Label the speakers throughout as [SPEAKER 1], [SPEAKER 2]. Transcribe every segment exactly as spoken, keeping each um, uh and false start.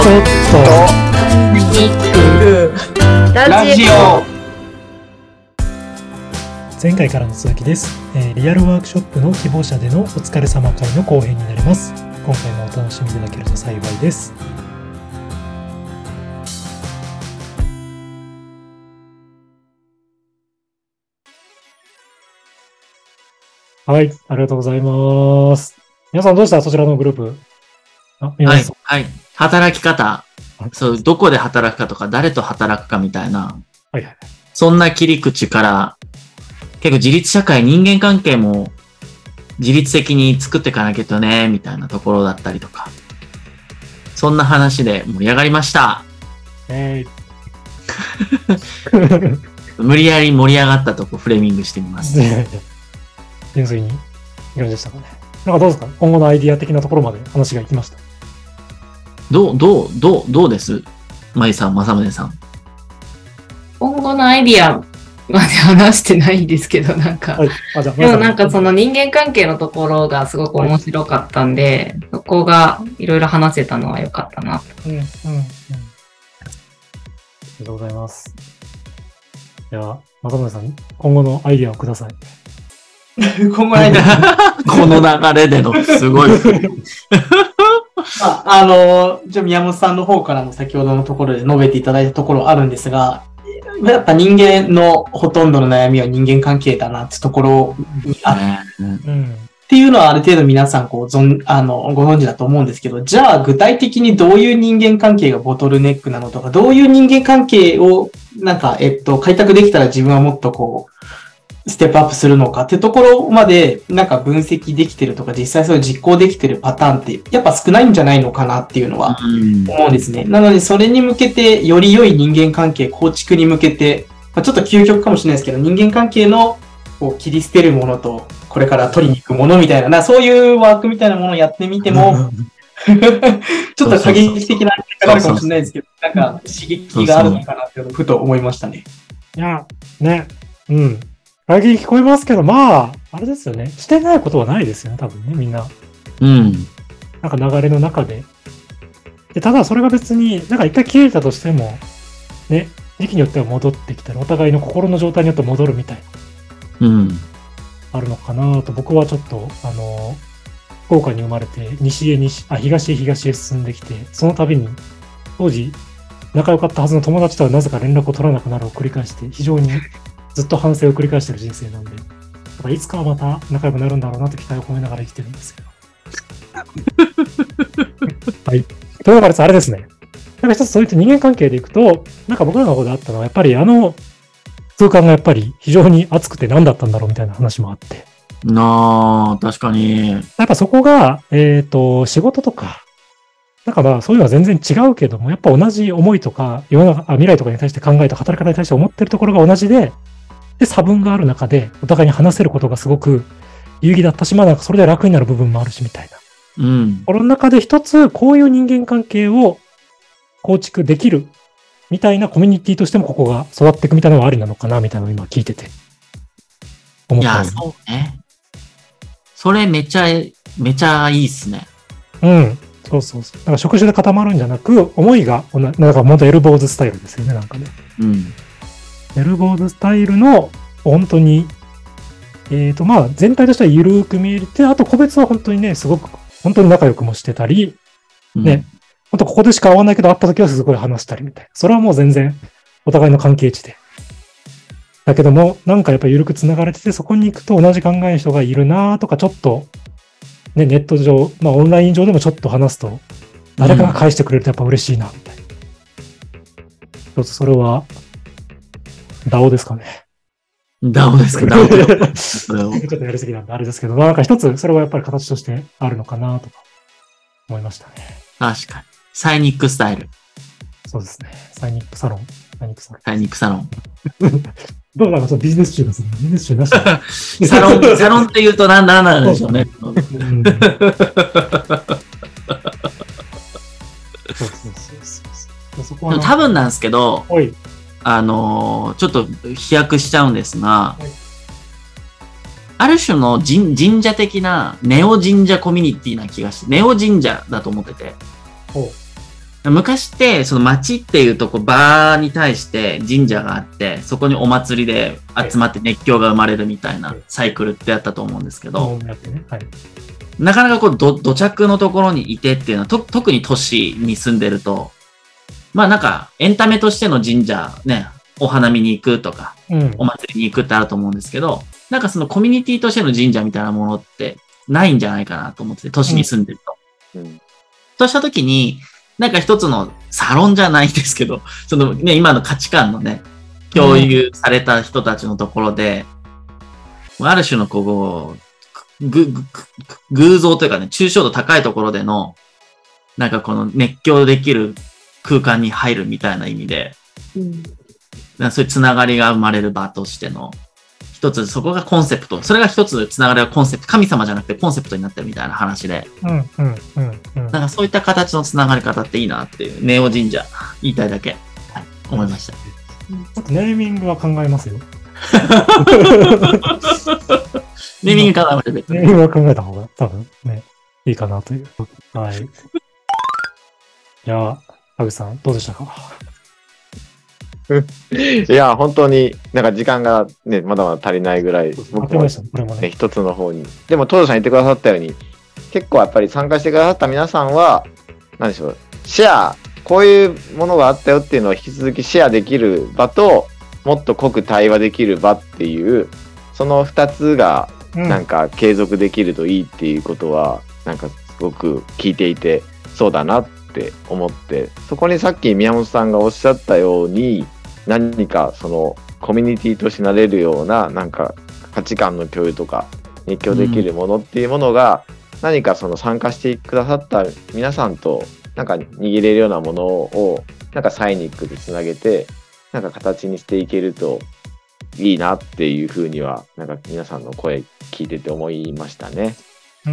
[SPEAKER 1] ちょっ
[SPEAKER 2] とニックラジオ。
[SPEAKER 1] 前回からの続きです、えー、リアルワークショップの希望者でのお疲れ様会の後編になります。今回もお楽しみいただけると幸いです。はい、ありがとうございます。皆さんどうした？そちらのグループ。
[SPEAKER 2] あ、はい、はい。働き方。そう、どこで働くかとか、誰と働くかみたいな。
[SPEAKER 1] はいはい。
[SPEAKER 2] そんな切り口から、結構自立社会、人間関係も自律的に作っていかなきゃとね、みたいなところだったりとか。そんな話で盛り上がりました。
[SPEAKER 1] え
[SPEAKER 2] ー、無理やり盛り上がったとこフレーミングしてみます。
[SPEAKER 1] 純粋にいかがでしたかね。なんかどうですか？今後のアイディア的なところまで話がいきました。
[SPEAKER 2] どう、どう、どう、どうですまいさん、まさむねさん。
[SPEAKER 3] 今後のアイディアまで話してないですけど、なんか、はい、あじゃあでもなんかその人間関係のところがすごく面白かったんで、はい、そこがいろいろ話せたのは良かったなと。うん、うん、うん。あ
[SPEAKER 1] りがとうございます。では、まさむねさん、今後のアイディアをください。
[SPEAKER 4] 今後のアイディア
[SPEAKER 2] この流れでのすごい。
[SPEAKER 4] まあ、あの、じゃあ宮本さんの方からも先ほどのところで述べていただいたところあるんですが、やっぱ人間のほとんどの悩みは人間関係だなってところにある、うんうん、っていうのはある程度皆さんこうぞんあのご存知だと思うんですけど、じゃあ具体的にどういう人間関係がボトルネックなのとか、どういう人間関係をなんか、えっと、開拓できたら自分はもっとこう、ステップアップするのかってところまでなんか分析できてるとか実際それを実行できてるパターンってやっぱ少ないんじゃないのかなっていうのは思うんですね。なのでそれに向けてより良い人間関係構築に向けて、まあ、ちょっと究極かもしれないですけど人間関係のこう切り捨てるものとこれから取りに行くものみたいな、なそういうワークみたいなものをやってみてもちょっと過激的な結果があるかもしれないですけど、なんか刺激があるのかなってふと思いましたね。
[SPEAKER 1] いやね、うん。過激に聞こえますけど、まあ、あれですよね。してないことはないですよね、多分ね、みんな。
[SPEAKER 2] うん。
[SPEAKER 1] なんか流れの中で。で、ただそれが別に、なんか一回消えたとしても、ね、時期によっては戻ってきたり、お互いの心の状態によって戻るみたい
[SPEAKER 2] な。うん。
[SPEAKER 1] あるのかなと、僕はちょっと、あの、福岡に生まれて、西へ西、あ、東へ東へ進んできて、その度に、当時、仲良かったはずの友達とはなぜか連絡を取らなくなるを繰り返して、非常に、ずっと反省を繰り返している人生なんで、いつかはまた仲良くなるんだろうなと期待を込めながら生きてるんですけど。はい。というわけであれですね。なんか一つそういった人間関係でいくと、なんか僕らの方であったのは、やっぱりあの空間がやっぱり非常に熱くて何だったんだろうみたいな話もあって。
[SPEAKER 2] なあ、確かに。
[SPEAKER 1] やっぱそこが、えっと、仕事とか、なんかまあそういうのは全然違うけども、やっぱ同じ思いとか、世の中、未来とかに対して考えた働き方に対して思ってるところが同じで、で、差分がある中で、お互いに話せることがすごく有意義だったし、まあなんかそれで楽になる部分もあるし、みたい
[SPEAKER 2] な。うん。
[SPEAKER 1] この中で一つ、こういう人間関係を構築できる、みたいなコミュニティとしてもここが育っていくみたいなのはありなのかな、みたいなのを今聞いてて。
[SPEAKER 2] 思った。いや、そうね。それめちゃ、めちゃいいっすね。
[SPEAKER 1] うん。そうそうそう。だから職種で固まるんじゃなく、思いが、なんかもっとエルボーズスタイルですよね、なんかね。
[SPEAKER 2] うん。
[SPEAKER 1] エルボーズスタイルの、本当に、えっと、まあ、全体としては緩く見えて、あと個別は本当にね、すごく、本当に仲良くもしてたり、うん、ね、本当ここでしか会わないけど、会った時はすごい話したりみたいな。それはもう全然、お互いの関係値で。だけども、なんかやっぱ緩く繋がれてて、そこに行くと同じ考えの人がいるなとか、ちょっと、ね、ネット上、まあオンライン上でもちょっと話すと、誰かが返してくれるとやっぱ嬉しいな、みたいな。うん、それは、ダオ ですかね。
[SPEAKER 2] ダオ ですか、ダオ
[SPEAKER 1] ちょっとやりすぎなんであれですけど、なんか一つ、それはやっぱり形としてあるのかなとか、思いましたね。
[SPEAKER 2] 確かに。サイニックスタイル。
[SPEAKER 1] そうですね。サイニックサロン。サイニックサロン。
[SPEAKER 2] サイニックサロン。
[SPEAKER 1] どうなんかビジネス中ですね。ビジネス中なし。
[SPEAKER 2] サロン、サロンって言うと何なんでしょうね。そうそうそうそう。多分なんですけど、あのー、ちょっと飛躍しちゃうんですが、ある種の 神, 神社的なネオ神社コミュニティな気がして、ネオ神社だと思ってて、 昔って、その町っていうとこ、場に対して神社があって、そこにお祭りで集まって熱狂が生まれるみたいなサイクルってやったと思うんですけど、なかなかこう、ど、土着のところにいてっていうのは、と、特に都市に住んでると、まあなんか、エンタメとしての神社、ね、お花見に行くとか、うん、お祭りに行くってあると思うんですけど、なんかそのコミュニティとしての神社みたいなものってないんじゃないかなと思ってて、都市に住んでると。うんうん、としたときに、なんか一つのサロンじゃないんですけど、そのね、今の価値観のね、共有された人たちのところで、うん、ある種のこう、ぐ、ぐ、偶像というかね、抽象度高いところでの、なんかこの熱狂できる空間に入るみたいな意味で、うん、そういうつながりが生まれる場としての、一つ、そこがコンセプト。それが一つつながりがコンセプト。神様じゃなくてコンセプトになってるみたいな話で。うん、うん、うん。なんかそういった形のつながり方っていいなっていう、ネオ神社、言いたいだけ、はい、思いました。ち
[SPEAKER 1] ょっとネーミングは考えますよ。
[SPEAKER 2] ネーミング考えましょう、別
[SPEAKER 1] に。ネーミングは考えた方が多分ね、いいかなという。はい。いや、ハグさん、どうでしたか？
[SPEAKER 5] いや、本当になんか時間がね、まだまだ足りないぐらい、
[SPEAKER 1] 僕も、ね、
[SPEAKER 5] 一つの方に。でも、東條さん言ってくださったように、結構やっぱり参加してくださった皆さんは、何でしょう、シェア、こういうものがあったよっていうのを引き続きシェアできる場と、もっと濃く対話できる場っていう、その二つがなんか継続できるといいっていうことは、うん、なんかすごく聞いていて、そうだなって思って、そこにさっき宮本さんがおっしゃったように、何かそのコミュニティとしてなれるようななんか価値観の共有とか熱狂できるものっていうものが、何かその参加してくださった皆さんとなんか握れるようなものをなんかサイニックでつなげてなんか形にしていけるといいなっていうふうにはなんか皆さんの声聞いてて思いましたね。うん。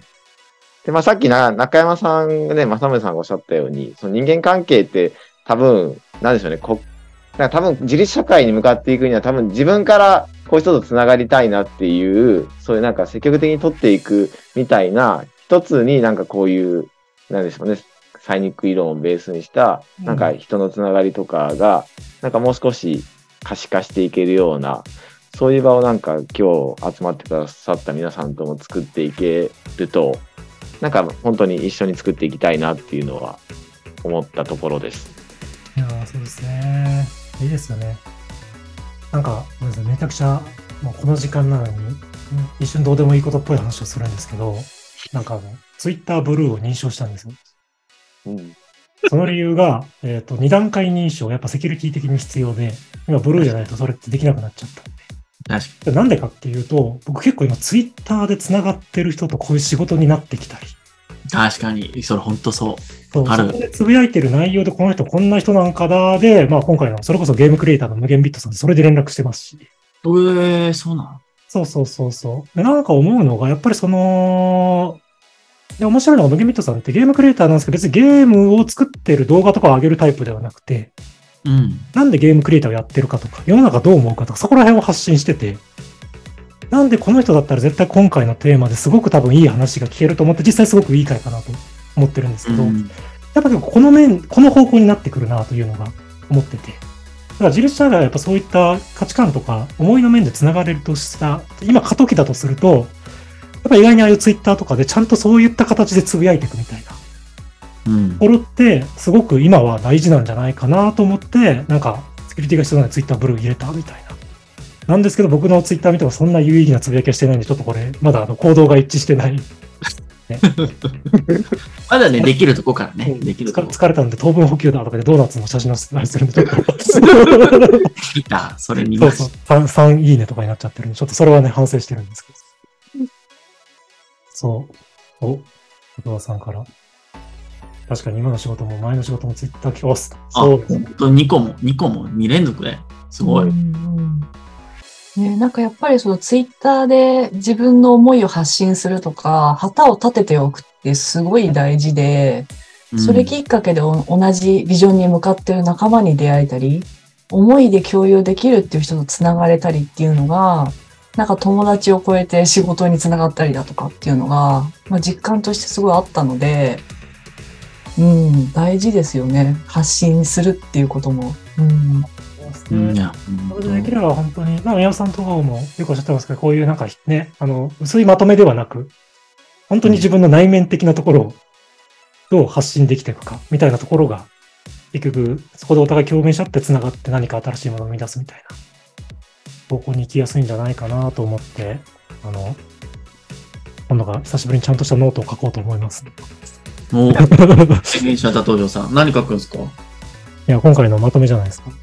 [SPEAKER 5] でまあさっきな中山さんがね正宗さんがおっしゃったようにその人間関係って多分なんでしょうねこなんか多分自立社会に向かっていくには多分自分からこういう人とつながりたいなっていうそういうなんか積極的に取っていくみたいな一つになんかこういうなんでしょうねサイニック理論をベースにしたなんか人のつながりとかがなんかもう少し可視化していけるようなそういう場をなんか今日集まってくださった皆さんとも作っていけるとなんか本当に一緒に作っていきたいなっていうのは思ったところです。
[SPEAKER 1] いやーそうですね。いいですよね。なんか、めちゃくちゃ、もうこの時間なのに、一瞬どうでもいいことっぽい話をするんですけど、なんかあの、ツイッターブルーを認証したんですよ。うん、その理由が、えっと、二段階認証、やっぱセキュリティ的に必要で、今ブルーじゃないとそれってできなくなっちゃった。確かに。なんでかっていうと、僕結構今ツイッターで繋がってる人とこういう仕事になってきたり。
[SPEAKER 2] 確かに、それ本当そう。
[SPEAKER 1] そう、ある。そこでつぶやいてる内容で、この人こんな人なんかだで、まあ今回の、それこそゲームクリエイターの無限ビットさんでそれで連絡してますし。
[SPEAKER 2] えー、そうなの？
[SPEAKER 1] そうそうそうそう。で、なんか思うのが、やっぱりその、で、面白いのが無限ビットさんってゲームクリエイターなんですけど、別にゲームを作ってる動画とかを上げるタイプではなくて、うん。なんでゲームクリエイターをやってるかとか、世の中どう思うかとか、そこら辺を発信してて、なんでこの人だったら絶対今回のテーマですごく多分いい話が聞けると思って、実際すごくいい回かなと思ってるんですけど、うん、やっぱりこの面、この方向になってくるなというのが思ってて、だから自立社会はやっぱそういった価値観とか思いの面で繋がれるとした、今過渡期だとすると、やっぱ意外にああいうツイッターとかでちゃんとそういった形でつぶやいていくみたいな。うん。これってすごく今は大事なんじゃないかなと思って、なんかセキュリティが必要なのでツイッターブルー入れたみたいな。なんですけど僕のツイッター見てもそんな有意義なつぶやきはしてないんで、ちょっとこれまだあの行動が一致してない。ね、
[SPEAKER 2] まだね、できるとこからね。できるとこ。
[SPEAKER 1] 疲れたんで糖分補給だとかでドーナツの写真のしたりするんで、ちょっと。
[SPEAKER 2] 見た、それ見
[SPEAKER 1] ました。そうそう。さんいいねとかになっちゃってるんで、ちょっとそれはね、反省してるんですけど。そう。お、小川さんから。確かに今の仕事も前の仕事もツイッター今日
[SPEAKER 2] そうです。ほんとにこも、にこもに連続で。すごい。うん
[SPEAKER 3] ね、なんかやっぱりそのツイッターで自分の思いを発信するとか、旗を立てておくってすごい大事で、それきっかけで同じビジョンに向かっている仲間に出会えたり、思いで共有できるっていう人とつながれたりっていうのが、なんか友達を超えて仕事につながったりだとかっていうのが、まあ、実感としてすごいあったので、
[SPEAKER 6] うん、大事ですよね。発信するっていうことも。うん。
[SPEAKER 2] うん、いや、
[SPEAKER 1] それでできれば本当に、まあ、宮尾さんとかもよくおっしゃってますけど、こういうなんかね、あの、薄いまとめではなく、本当に自分の内面的なところをどう発信できていくか、みたいなところが、結局、そこでお互い共鳴し合って繋がって何か新しいものを生み出すみたいな方向に行きやすいんじゃないかなと思って、あの、今度が久しぶりにちゃんとしたノートを書こうと思います。
[SPEAKER 2] お編集型登場さん、何書くんですか？い
[SPEAKER 1] や、今回のまとめじゃないですか。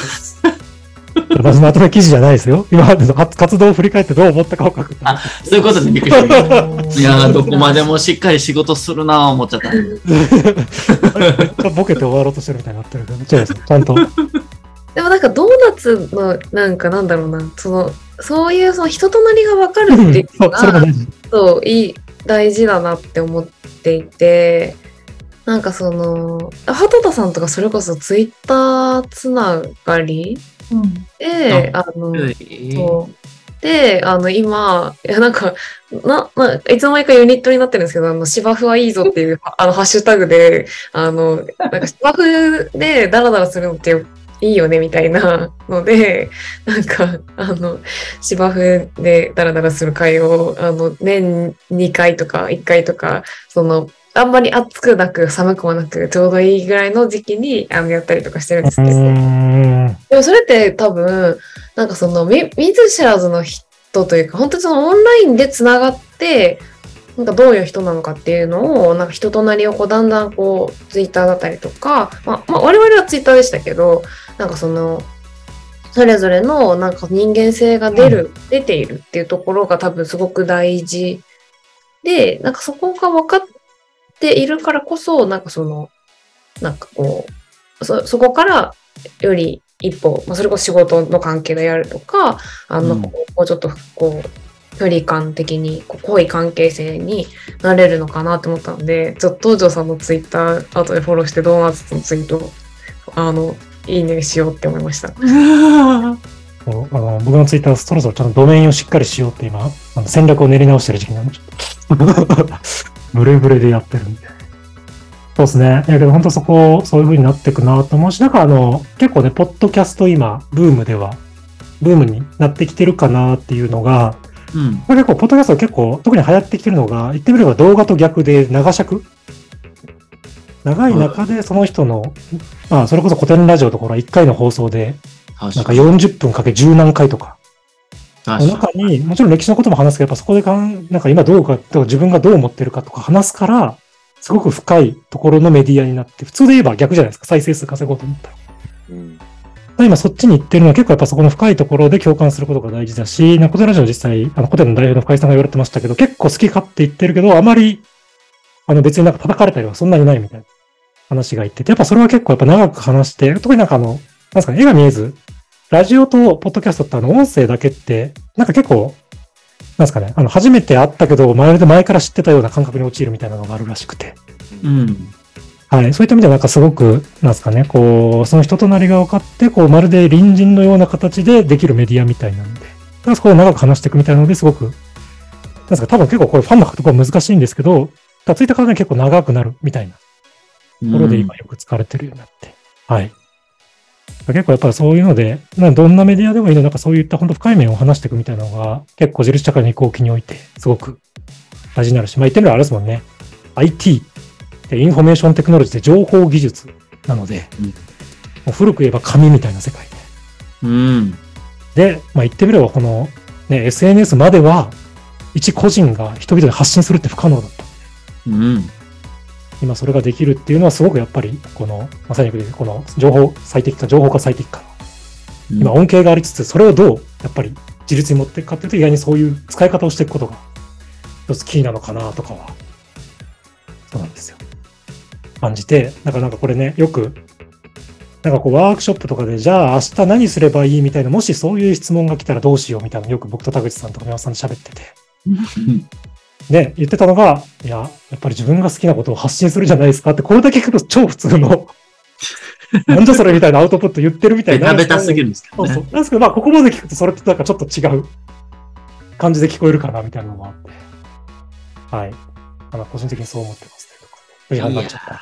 [SPEAKER 1] 私まとめ記事じゃないですよ。今までの活動を振り返ってどう思ったかを書く。
[SPEAKER 2] あ、そういうことでびっくりした。いやー、どこまでもしっかり仕事するなぁ思っちゃった。めっ
[SPEAKER 1] ちゃボケて終わろうとしてるみたいになってるけど、違うです。ちゃんと。
[SPEAKER 3] でもなんかドーナツのなんかなんだろうな、そのそういうその人となりが分かるっていうのが、
[SPEAKER 1] そう、それも大事。
[SPEAKER 3] そういい大事だなって思っていて、なんかその鳩田さんとかそれこそツイッターつながり、うん、で、あの、そうで、あの今いやなんかなないつの間にかユニットになってるんですけど、あの芝生はいいぞっていうあのハッシュタグで、あのなんか芝生でダラダラするのっていいよねみたいなので、なんかあの芝生でダラダラする会をあの年にかいとかいっかいとか、そのあんまり暑くなく寒くもなくちょうどいいぐらいの時期にあのやったりとかしてるんですけど、でもそれって多分なんかその見ず知らずの人というか、本当にそのオンラインでつながってなんかどういう人なのかっていうのを、なんか人となりをこうだんだんこうツイッターだったりとか、まあ、まあ我々はツイッターでしたけど、なんかそのそれぞれのなんか人間性が出る、うん、出ているっていうところが多分すごく大事で、なんかそこが分かっているからこそ、なんかそのなんかこう そ, そこからより一歩、まあ、それこそ仕事の関係であるとか、あの、うん、こうちょっとこう距離感的にこう濃い関係性になれるのかなと思ったので、ちょっと東條さんのツイッター後でフォローしてドーナツのツイートあのいいねしようって思いました。
[SPEAKER 1] あの僕のツイッターそろそろちゃんとドメインをしっかりしようって今あの戦略を練り直してる時期なんでちょっとブレブレでやってるんで。そうですね。いやけど本当そこそういう風になっていくなと思うし、なんかあの結構ねポッドキャスト今ブームではブームになってきてるかなっていうのが。うん、これ結構、ポッドキャスト結構、特に流行ってきてるのが、言ってみれば動画と逆で長尺長い中でその人の、まあ、それこそ古典ラジオとかいっかいの放送で、なんかよんじゅっぷんかけ十何回とか、の中に、もちろん歴史のことも話すけど、やっぱそこでかん、なんか今どうか、自分がどう思ってるかとか話すから、すごく深いところのメディアになって、普通で言えば逆じゃないですか、再生数稼ごうと思ったら。うん今そっちに行ってるのは結構やっぱそこの深いところで共感することが大事だし、古典ラジオ実際、あの古典の代表の深井さんが言われてましたけど、結構好き勝手言ってるけど、あまり、あの別になんか叩かれたりはそんなにないみたいな話が言ってて、やっぱそれは結構やっぱ長く話して、特になんかあの、なんですかね、絵が見えず、ラジオとポッドキャストってあの音声だけって、なんか結構、なんですかね、あの初めて会ったけど、まるで前から知ってたような感覚に陥るみたいなのがあるらしくて。うん。はい。そういった意味ではなんかすごく、なんですかね、こう、その人となりが分かって、こう、まるで隣人のような形でできるメディアみたいなんで、だからそこで長く話していくみたいなのですごく、なんですか、多分結構これファンのところは難しいんですけど、ツイッターからね結構長くなるみたいなところで今よく使われてるようになって、うん、はい。結構やっぱりそういうので、どんなメディアでもいいの、なんかそういった本当深い面を話していくみたいなのが、結構自立社会の移行期において、すごく大事になるし、まあ言ってみればあれですもんね、アイティー、インフォメーションテクノロジーって情報技術なので、うん、もう古く言えば紙みたいな世界で。うん、で、まあ、言ってみればこの、ね、エスエヌエス までは一個人が人々で発信するって不可能だった。うん、今それができるっていうのはすごくやっぱりこのまさにこの情報最適化情報化最適化、うん、今恩恵がありつつそれをどうやっぱり自立に持っていくかっていうと意外にそういう使い方をしていくことが一つキーなのかなとかはそうなんですよ。感じて、なんかなんかこれね、よく、なんかこうワークショップとかで、じゃあ明日何すればいいみたいな、もしそういう質問が来たらどうしようみたいな、よく僕と田口さんとか宮本さんで喋ってて。で、言ってたのが、いや、やっぱり自分が好きなことを発信するじゃないですかって、これだけ聞くと超普通の、なんじゃそれみたいなアウトプット言ってるみたいな。
[SPEAKER 2] ベタベタすぎるんですけどね。
[SPEAKER 1] そうそう。なんですけど、まあここまで聞くとそれってなんかちょっと違う感じで聞こえるかなみたいなのもあって。はい。あの個人的にそう思ってます。いや、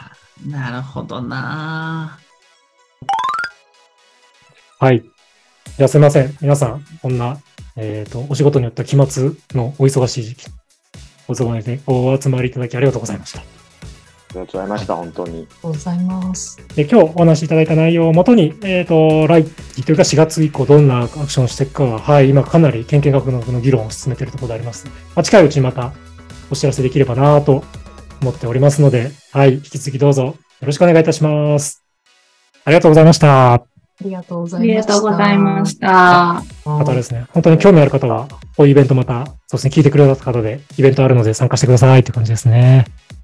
[SPEAKER 2] なるほどな。
[SPEAKER 1] はい。じゃあすいません。皆さん、こんな、えっ、ー、と、お仕事によっては期末のお忙しい時期、お集まりでお集まりいただきありがとうございました。
[SPEAKER 5] ありがとうございました、はい、本当に。
[SPEAKER 6] ありがとうございます。
[SPEAKER 1] で、今日お話しいただいた内容をもとに、えっ、ー、と、来期というかしがつ以降どんなアクションをしていくかは、はい、今かなり研究学の議論を進めているところでありますので、まあ、近いうちにまたお知らせできればなと思っておりますので、はい、引き続きどうぞよろしくお願いいたします。ありがとうございました。
[SPEAKER 6] ありがとうございました。
[SPEAKER 3] ありがとうございました。
[SPEAKER 1] またですね、本当に興味ある方は、こういうイベントまた、そうですね、聞いてくれた方で、イベントあるので参加してくださいって感じですね。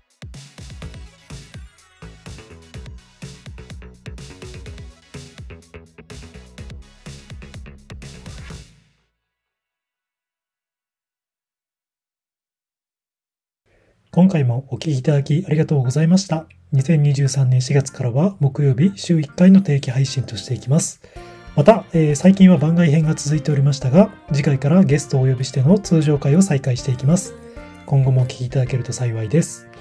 [SPEAKER 1] 今回もお聞きいただきありがとうございました。にせんにじゅうさんねんしがつからは木曜日週いっかいの定期配信としていきます。また、えー、最近は番外編が続いておりましたが、次回からゲストをお呼びしての通常回を再開していきます。今後もお聞きいただけると幸いです。